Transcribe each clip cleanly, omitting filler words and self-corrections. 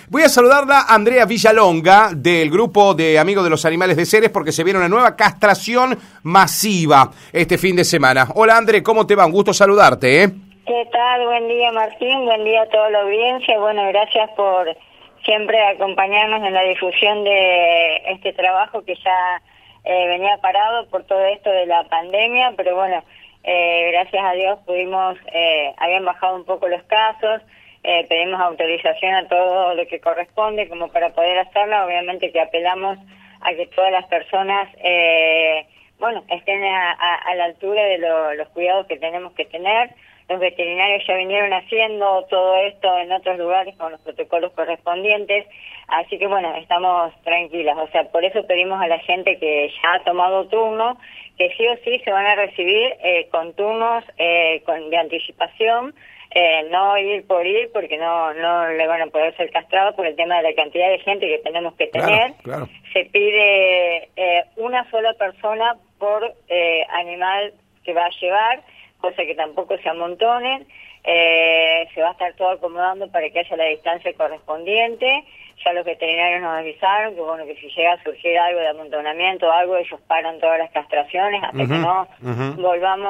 Voy a saludarla a Andrea Villalonga, del grupo de Amigos de los Animales de Ceres, porque se viene una nueva castración masiva este fin de semana. Hola, André, ¿cómo te va? Un gusto saludarte, ¿eh? ¿Qué tal? Buen día, Martín. Buen día a toda la audiencia. Bueno, gracias por siempre acompañarnos en la difusión de este trabajo que ya venía parado por todo esto de la pandemia, pero bueno, gracias a Dios pudimos, habían bajado un poco los casos, pedimos autorización a todo lo que corresponde como para poder hacerlo. Obviamente que apelamos a que todas las personas estén a la altura de los cuidados que tenemos que tener. Los veterinarios ya vinieron haciendo todo esto en otros lugares con los protocolos correspondientes, así que bueno, estamos tranquilas. O sea, por eso pedimos a la gente que ya ha tomado turno, que sí o sí se van a recibir con turnos de anticipación, no ir por ir, porque no le van a poder ser castrados por el tema de la cantidad de gente que tenemos que tener. Claro. Se pide una sola persona por animal que va a llevar, cosa que tampoco se amontonen. Se va a estar todo acomodando para que haya la distancia correspondiente. Ya los veterinarios nos avisaron que bueno, que si llega a surgir algo de amontonamiento o algo, ellos paran todas las castraciones hasta que no volvamos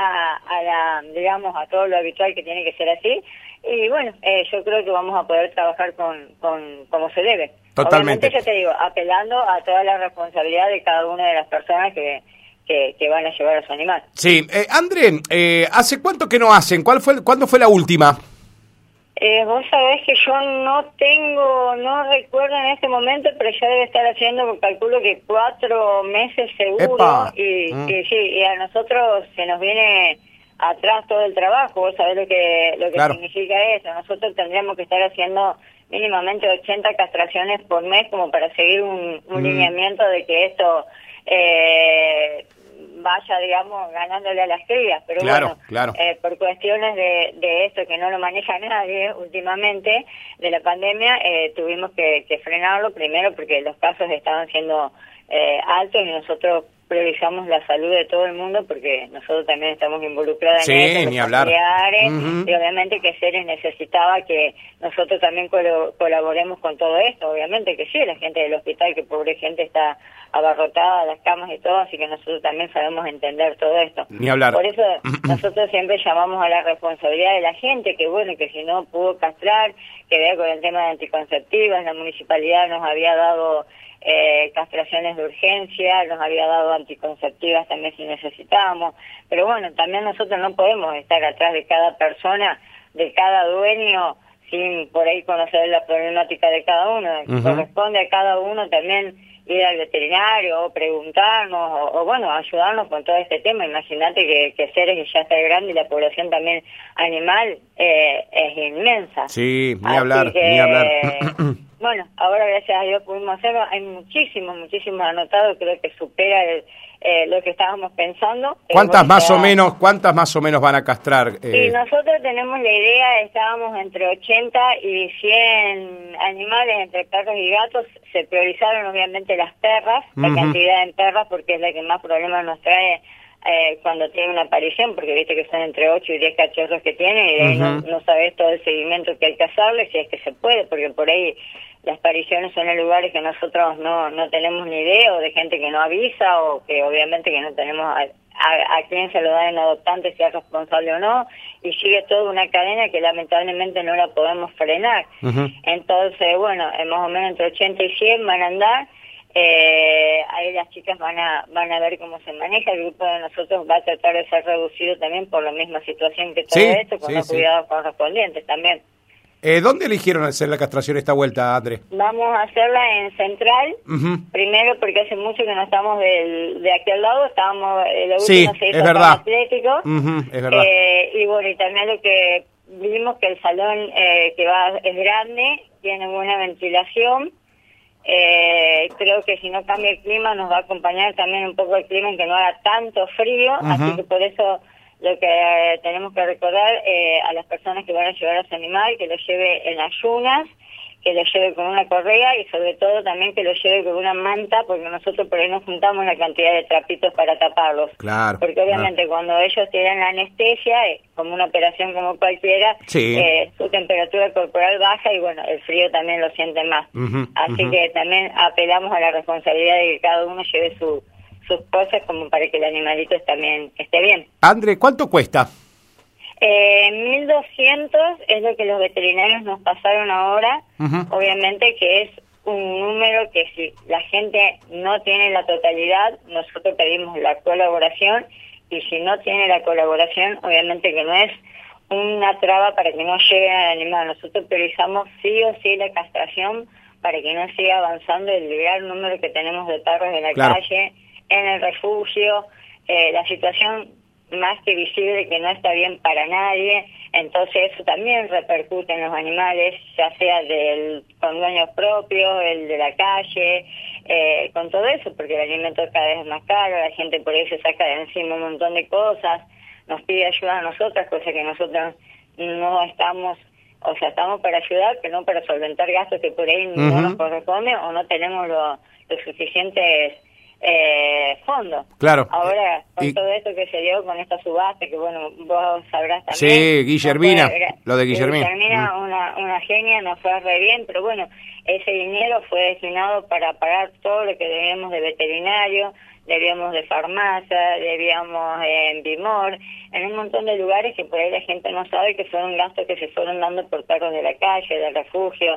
a todo lo habitual, que tiene que ser así. Y bueno, yo creo que vamos a poder trabajar con como se debe. Totalmente. Obviamente, ya te digo, apelando a toda la responsabilidad de cada una de las personas que van a llevar a su animal. Sí, André, ¿hace cuánto que no hacen? ¿Cuándo fue la última? Vos sabés que yo no recuerdo en este momento, pero ya debe estar haciendo, calculo que 4 meses seguro. ¡Epa! Y sí, y a nosotros se nos viene atrás todo el trabajo. Vos sabés lo que Claro. significa eso. Nosotros tendríamos que estar haciendo mínimamente 80 castraciones por mes como para seguir un lineamiento de que esto vaya, digamos, ganándole a las crías, pero Claro. por cuestiones de esto que no lo maneja nadie últimamente, de la pandemia, tuvimos que frenarlo, primero porque los casos estaban siendo altos y nosotros priorizamos la salud de todo el mundo porque nosotros también estamos involucrados en esto, ni los hablar. familiares, y obviamente que Ceres necesitaba que nosotros también colaboremos con todo esto. Obviamente que sí, la gente del hospital, que pobre gente está abarrotada, las camas y todo, así que nosotros también sabemos entender todo esto. Ni hablar. Por eso nosotros siempre llamamos a la responsabilidad de la gente, que bueno, que si no pudo castrar, que vea con el tema de anticonceptivas. La municipalidad nos había dado castraciones de urgencia, nos había dado anticonceptivas también si necesitábamos, pero bueno, también nosotros no podemos estar atrás de cada persona, de cada dueño, sin por ahí conocer la problemática de cada uno. Corresponde a cada uno también ir al veterinario o preguntarnos o bueno, ayudarnos con todo este tema. Imagínate que Ceres ya está grande y la población también animal es inmensa. Sí, ni Así hablar, que, ni hablar. Bueno, ahora gracias a Dios pudimos hacerlo. Hay muchísimos anotados, creo que supera lo que estábamos pensando. ¿Cuántas más o menos van a castrar? Y nosotros tenemos la idea, estábamos entre 80 y 100 animales, entre perros y gatos. Se priorizaron obviamente las perras, la cantidad de perras, porque es la que más problemas nos trae cuando tiene una aparición, porque viste que son entre 8 y 10 cachorros que tienen, y de ahí no sabes todo el seguimiento que hay que hacerle, si es que se puede, porque por ahí las apariciones son en lugares que nosotros no tenemos ni idea, o de gente que no avisa, o que obviamente que no tenemos a quién se lo da en adoptante, si es responsable o no, y sigue toda una cadena que lamentablemente no la podemos frenar. Entonces, bueno, más o menos entre 80 y 100 van a andar. Ahí las chicas van a ver cómo se maneja. El grupo de nosotros va a tratar de ser reducido también por la misma situación que todo esto, con los cuidados correspondientes también. ¿Dónde eligieron hacer la castración esta vuelta, André? Vamos a hacerla en Central, primero porque hace mucho que no estamos de aquel lado, estábamos, la última se hizo en Atlético, es verdad. Y bueno, y también lo que vimos que el salón es grande, tiene buena ventilación. Creo que si no cambia el clima nos va a acompañar también un poco el clima en que no haga tanto frío, así que por eso lo que tenemos que recordar a las personas que van a llevar a su animal, que lo lleve en ayunas, que lo lleve con una correa y sobre todo también que lo lleve con una manta, porque nosotros por ahí no juntamos la cantidad de trapitos para taparlos. Claro. Porque obviamente cuando ellos tienen la anestesia, como una operación como cualquiera, sí, su temperatura corporal baja y bueno, el frío también lo siente más. Así que también apelamos a la responsabilidad de que cada uno lleve sus cosas como para que el animalito también esté bien. André, ¿cuánto cuesta? 1.200 es lo que los veterinarios nos pasaron ahora, obviamente que es un número que si la gente no tiene la totalidad, nosotros pedimos la colaboración, y si no tiene la colaboración, obviamente que no es una traba para que no llegue al animal. Nosotros priorizamos sí o sí la castración para que no siga avanzando el gran número que tenemos de perros en la calle, en el refugio, la situación más que visible que no está bien para nadie, entonces eso también repercute en los animales, ya sea con dueños propios, el de la calle, con todo eso, porque el alimento cada vez es más caro, la gente por ahí se saca de encima un montón de cosas, nos pide ayuda a nosotras, cosa que nosotros no estamos, o sea, estamos para ayudar, pero no para solventar gastos que por ahí no nos corresponden o no tenemos los suficientes fondos. Claro. Ahora, con todo esto que se dio con esta subasta, que bueno, vos sabrás también. Sí, Guillermina, lo de Guillermina. Guillermina, una genia, nos fue re bien, pero bueno, ese dinero fue destinado para pagar todo lo que debíamos de veterinario, debíamos de farmacia, debíamos en Bimor, en un montón de lugares que por ahí la gente no sabe que fueron gastos que se fueron dando por perros de la calle, del refugio,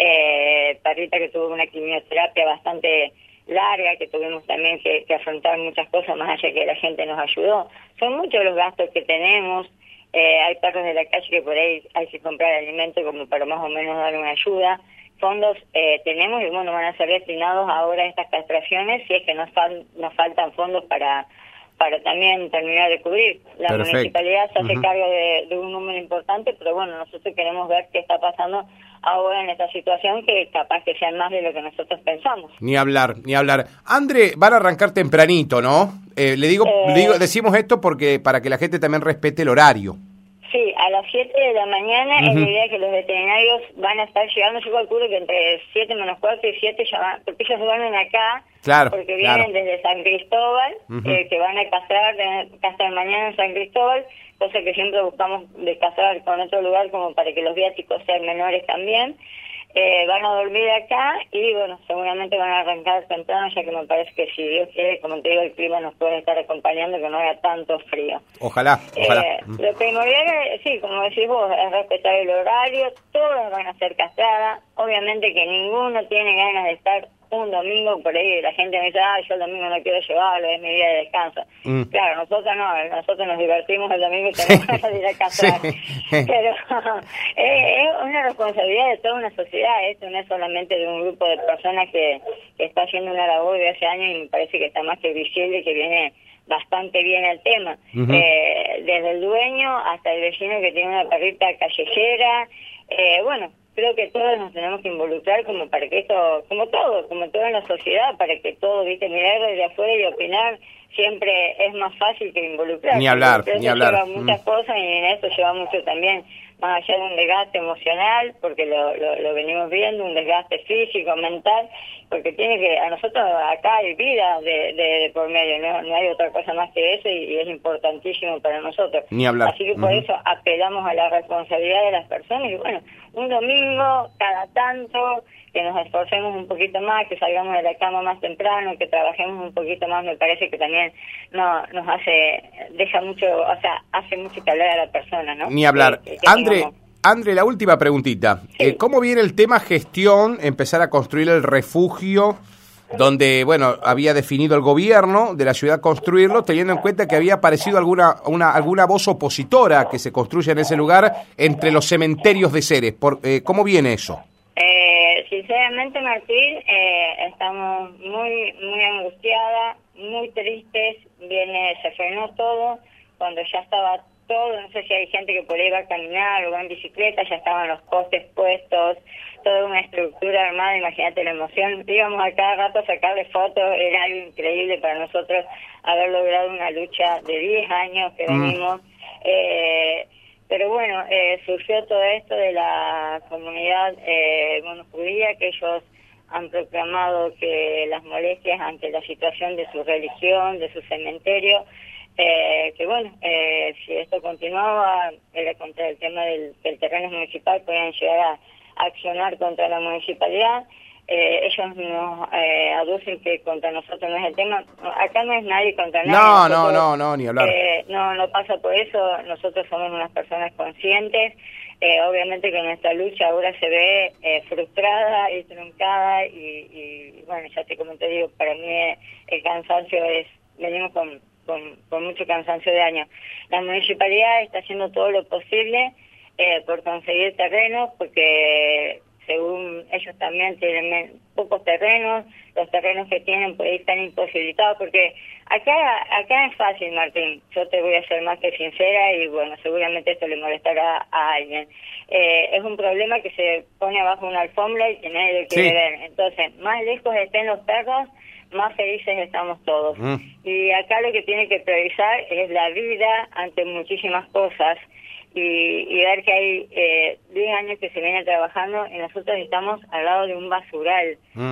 perrita que tuvo una quimioterapia bastante larga, que tuvimos también que afrontar muchas cosas más allá que la gente nos ayudó. Son muchos los gastos que tenemos, hay perros de la calle que por ahí hay que comprar alimento como para más o menos dar una ayuda. Fondos tenemos y bueno, van a ser destinados ahora a estas castraciones si es que nos faltan fondos para también terminar de cubrir. La municipalidad se hace cargo de un número importante, pero bueno, nosotros queremos ver qué está pasando ahora en esta situación, que capaz que sean más de lo que nosotros pensamos. Ni hablar. André, van a arrancar tempranito, ¿no? Decimos esto porque para que la gente también respete el horario. Sí, a las 7 de la mañana es la idea que los veterinarios van a estar llegando. Yo calculo que entre 7 menos cuarto y 7 ya van, porque ellos duermen acá, porque vienen desde San Cristóbal, que van a castrar mañana en San Cristóbal, cosa que siempre buscamos de castrar con otro lugar como para que los viáticos sean menores también. Van a dormir acá y bueno, seguramente van a arrancar temprano, ya que me parece que si Dios quiere, como te digo, el clima nos puede estar acompañando, que no haga tanto frío. Ojalá. Lo primordial es, sí, como decís vos, es respetar el horario, todas van a ser castradas, obviamente que ninguno tiene ganas de estar un domingo por ahí, la gente me dice, yo el domingo no quiero llevarlo, es mi día de descanso. Claro, nosotros no, nosotros nos divertimos el domingo y tenemos ganas de ir a castrar. Pero es una responsabilidad de toda una sociedad, esto no es solamente de un grupo de personas que está haciendo una labor de hace años y me parece que está más que visible y que viene bastante bien el tema. Desde el dueño hasta el vecino que tiene una perrita callejera, bueno, creo que todos nos tenemos que involucrar como para que esto, como todo en la sociedad, para que todo, mirar desde afuera y opinar siempre es más fácil que involucrar. Ni hablar. Lleva muchas cosas y en esto lleva mucho también, más allá de un desgaste emocional, porque lo venimos viendo, un desgaste físico, mental, porque tiene que, a nosotros acá hay vida de por medio, no hay otra cosa más que eso y es importantísimo para nosotros. Ni hablar. Así que por eso apelamos a la responsabilidad de las personas y bueno, un domingo cada tanto, que nos esforcemos un poquito más, que salgamos de la cama más temprano, que trabajemos un poquito más, me parece que también nos deja mucho, o sea, hace mucho que hablar a la persona, ¿no? Ni hablar. André, la última preguntita. Sí. ¿Cómo viene el tema gestión, empezar a construir el refugio donde, bueno, había definido el gobierno de la ciudad construirlo, teniendo en cuenta que había aparecido alguna voz opositora que se construya en ese lugar entre los cementerios de Ceres? ¿Cómo viene eso? Sinceramente, Martín, estamos muy angustiadas, muy tristes. Se frenó todo cuando ya estaba todo. No sé si hay gente que por ahí va a caminar o va en bicicleta, ya estaban los postes puestos, toda una estructura armada. Imagínate la emoción. Íbamos a cada rato a sacarle fotos, era algo increíble para nosotros haber logrado una lucha de 10 años que venimos. Pero bueno, surgió todo esto de la comunidad judía, que ellos han proclamado que las molestias ante la situación de su religión, de su cementerio, que bueno, si esto continuaba, era contra el tema del terreno es municipal, podían llegar a accionar contra la municipalidad. Ellos nos aducen que contra nosotros no es el tema. Acá no es nadie contra nadie. No, ni hablar. No pasa por eso. Nosotros somos unas personas conscientes. Obviamente que nuestra lucha ahora se ve frustrada y truncada y bueno, ya te comenté, digo, para mí el cansancio venimos con mucho cansancio de años. La municipalidad está haciendo todo lo posible por conseguir terrenos, porque según ellos también tienen pocos terrenos, los terrenos que tienen pues están imposibilitados, porque acá es fácil, Martín, yo te voy a ser más que sincera y bueno, seguramente esto le molestará a alguien. Es un problema que se pone abajo una alfombra y que nadie lo quiere ver, entonces más lejos estén los perros, más felices estamos todos. Y acá lo que tiene que priorizar es la vida ante muchísimas cosas. Y ver que hay 10 años que se viene trabajando y nosotros estamos al lado de un basural,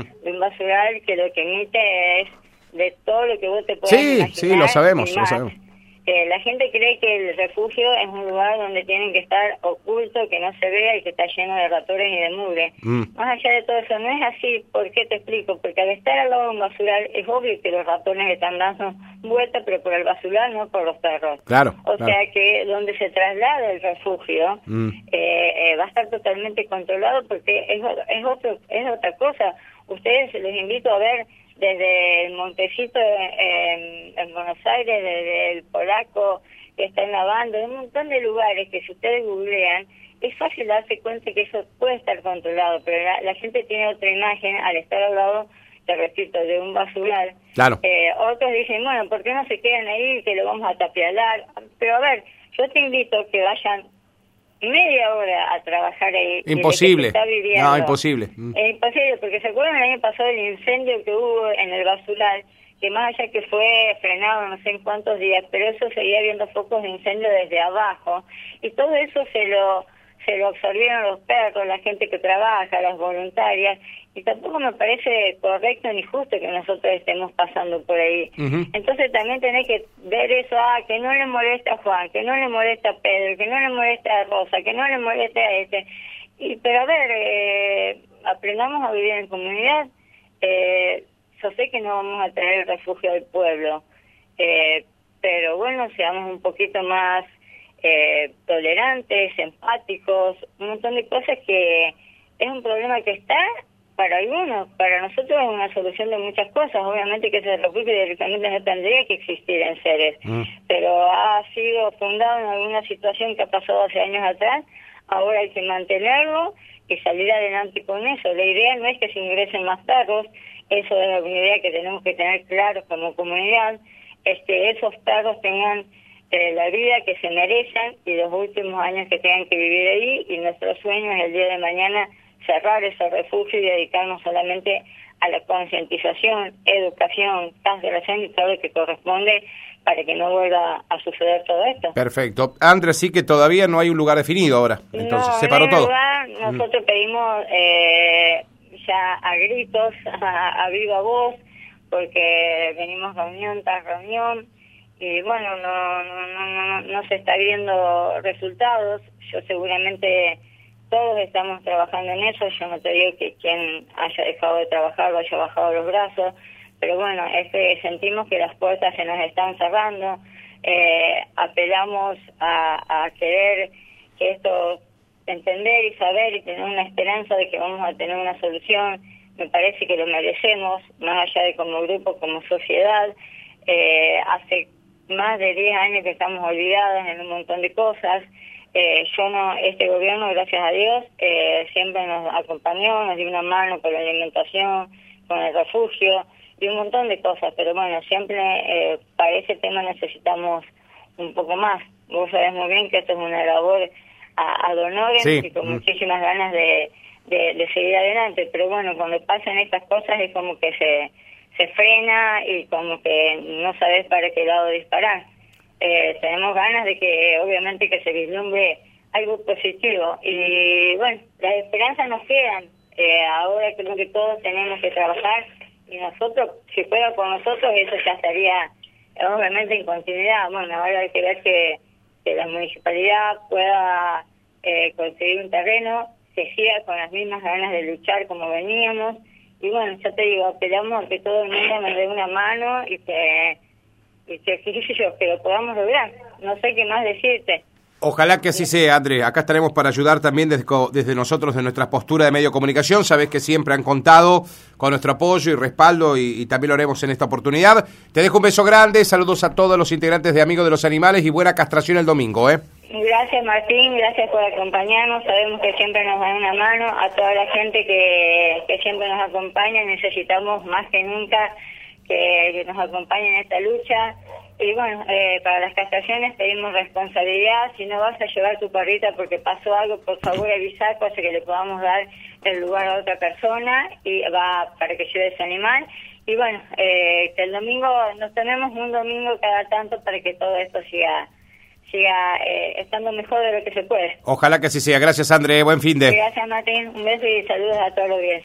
que lo que emite es de todo lo que vos te puedas imaginar. Sí, lo sabemos. La gente cree que el refugio es un lugar donde tienen que estar oculto, que no se vea y que está lleno de ratones y de mugre. Más allá de todo eso, no es así. ¿Por qué te explico? Porque al estar al lado de un basural es obvio que los ratones están dando vueltas, pero por el basural, no por los perros. Claro. Sea que donde se traslada el refugio va a estar totalmente controlado, porque es otra cosa. Ustedes les invito a ver desde el Montecito en Buenos Aires, desde el Polaco que está en la banda, un montón de lugares que si ustedes googlean, es fácil darse cuenta que eso puede estar controlado, pero la gente tiene otra imagen al estar al lado, te repito, de un basural. Claro. Otros dicen, bueno, ¿por qué no se quedan ahí que lo vamos a tapialar? Pero a ver, yo te invito a que vayan media hora a trabajar ahí. Imposible. No, imposible. Es imposible, porque se acuerdan el año pasado el incendio que hubo en el basural, que más allá que fue frenado no sé en cuántos días, pero eso seguía habiendo focos de incendio desde abajo, y todo eso se lo absorbieron los perros, la gente que trabaja, las voluntarias, y tampoco me parece correcto ni justo que nosotros estemos pasando por ahí. Entonces también tenés que ver eso, que no le molesta a Juan, que no le molesta a Pedro, que no le molesta a Rosa, que no le molesta a pero a ver, aprendamos a vivir en comunidad. Yo sé que no vamos a tener el refugio del pueblo, pero bueno, seamos un poquito más tolerantes, empáticos, un montón de cosas que es un problema que está para algunos, para nosotros es una solución de muchas cosas. Obviamente que ese refugio directamente no tendría que existir en Ceres, pero ha sido fundado en alguna situación que ha pasado hace años atrás. Ahora hay que mantenerlo y salir adelante con eso. La idea no es que se ingresen más perros, eso es una idea que tenemos que tener claro como comunidad, esos perros tengan la vida que se merecen y los últimos años que tengan que vivir ahí, y nuestro sueño es el día de mañana cerrar ese refugio y dedicarnos solamente a la concientización, educación, cancelación y todo lo que corresponde para que no vuelva a suceder todo esto. Perfecto. Andrés, sí que todavía no hay un lugar definido ahora, entonces se paró todo. Lugar, nosotros pedimos ya a gritos, a viva voz, porque venimos reunión tras reunión, y bueno, no se está viendo resultados. Yo seguramente todos estamos trabajando en eso. Yo no te digo que quien haya dejado de trabajar o haya bajado los brazos, pero bueno, es que sentimos que las puertas se nos están cerrando. Apelamos a querer que esto, entender y saber y tener una esperanza de que vamos a tener una solución. Me parece que lo merecemos, más allá de como grupo, como sociedad. Hace más de 10 años que estamos olvidadas en un montón de cosas. Este gobierno, gracias a Dios, siempre nos acompañó, nos dio una mano con la alimentación, con el refugio y un montón de cosas, pero bueno, siempre para ese tema necesitamos un poco más. Vos sabés muy bien que esto es una labor a honores, sí, y con muchísimas ganas de seguir adelante, pero bueno, cuando pasan estas cosas es como que se frena y como que no sabes para qué lado disparar. tenemos ganas de que obviamente que se vislumbre algo positivo. Y bueno, las esperanzas nos quedan. Ahora creo que todos tenemos que trabajar y nosotros, si fuera por nosotros, eso ya estaría obviamente en continuidad. Bueno, ahora hay que ver que la municipalidad pueda conseguir un terreno, se siga con las mismas ganas de luchar como veníamos. Y bueno, ya te digo, esperamos que todo el mundo nos dé una mano y que lo podamos lograr. No sé qué más decirte. Ojalá que así sea, André. Acá estaremos para ayudar también desde nosotros, de nuestra postura de medio de comunicación. Sabés que siempre han contado con nuestro apoyo y respaldo y también lo haremos en esta oportunidad. Te dejo un beso grande, saludos a todos los integrantes de Amigos de los Animales y buena castración el domingo, ¿eh? Gracias, Martín, gracias por acompañarnos. Sabemos que siempre nos dan una mano. A toda la gente que siempre nos acompaña, necesitamos más que nunca que nos acompañen en esta lucha. Y bueno, para las castraciones pedimos responsabilidad. Si no vas a llevar tu perrita porque pasó algo, por favor avisar, cosa que le podamos dar el lugar a otra persona y va para que lleve ese animal. Y bueno, que el domingo, nos tenemos un domingo cada tanto para que todo esto siga estando mejor de lo que se puede. Ojalá que así sea. Gracias, André. Buen fin de. Gracias, Martín. Un beso y saludos a todos los días.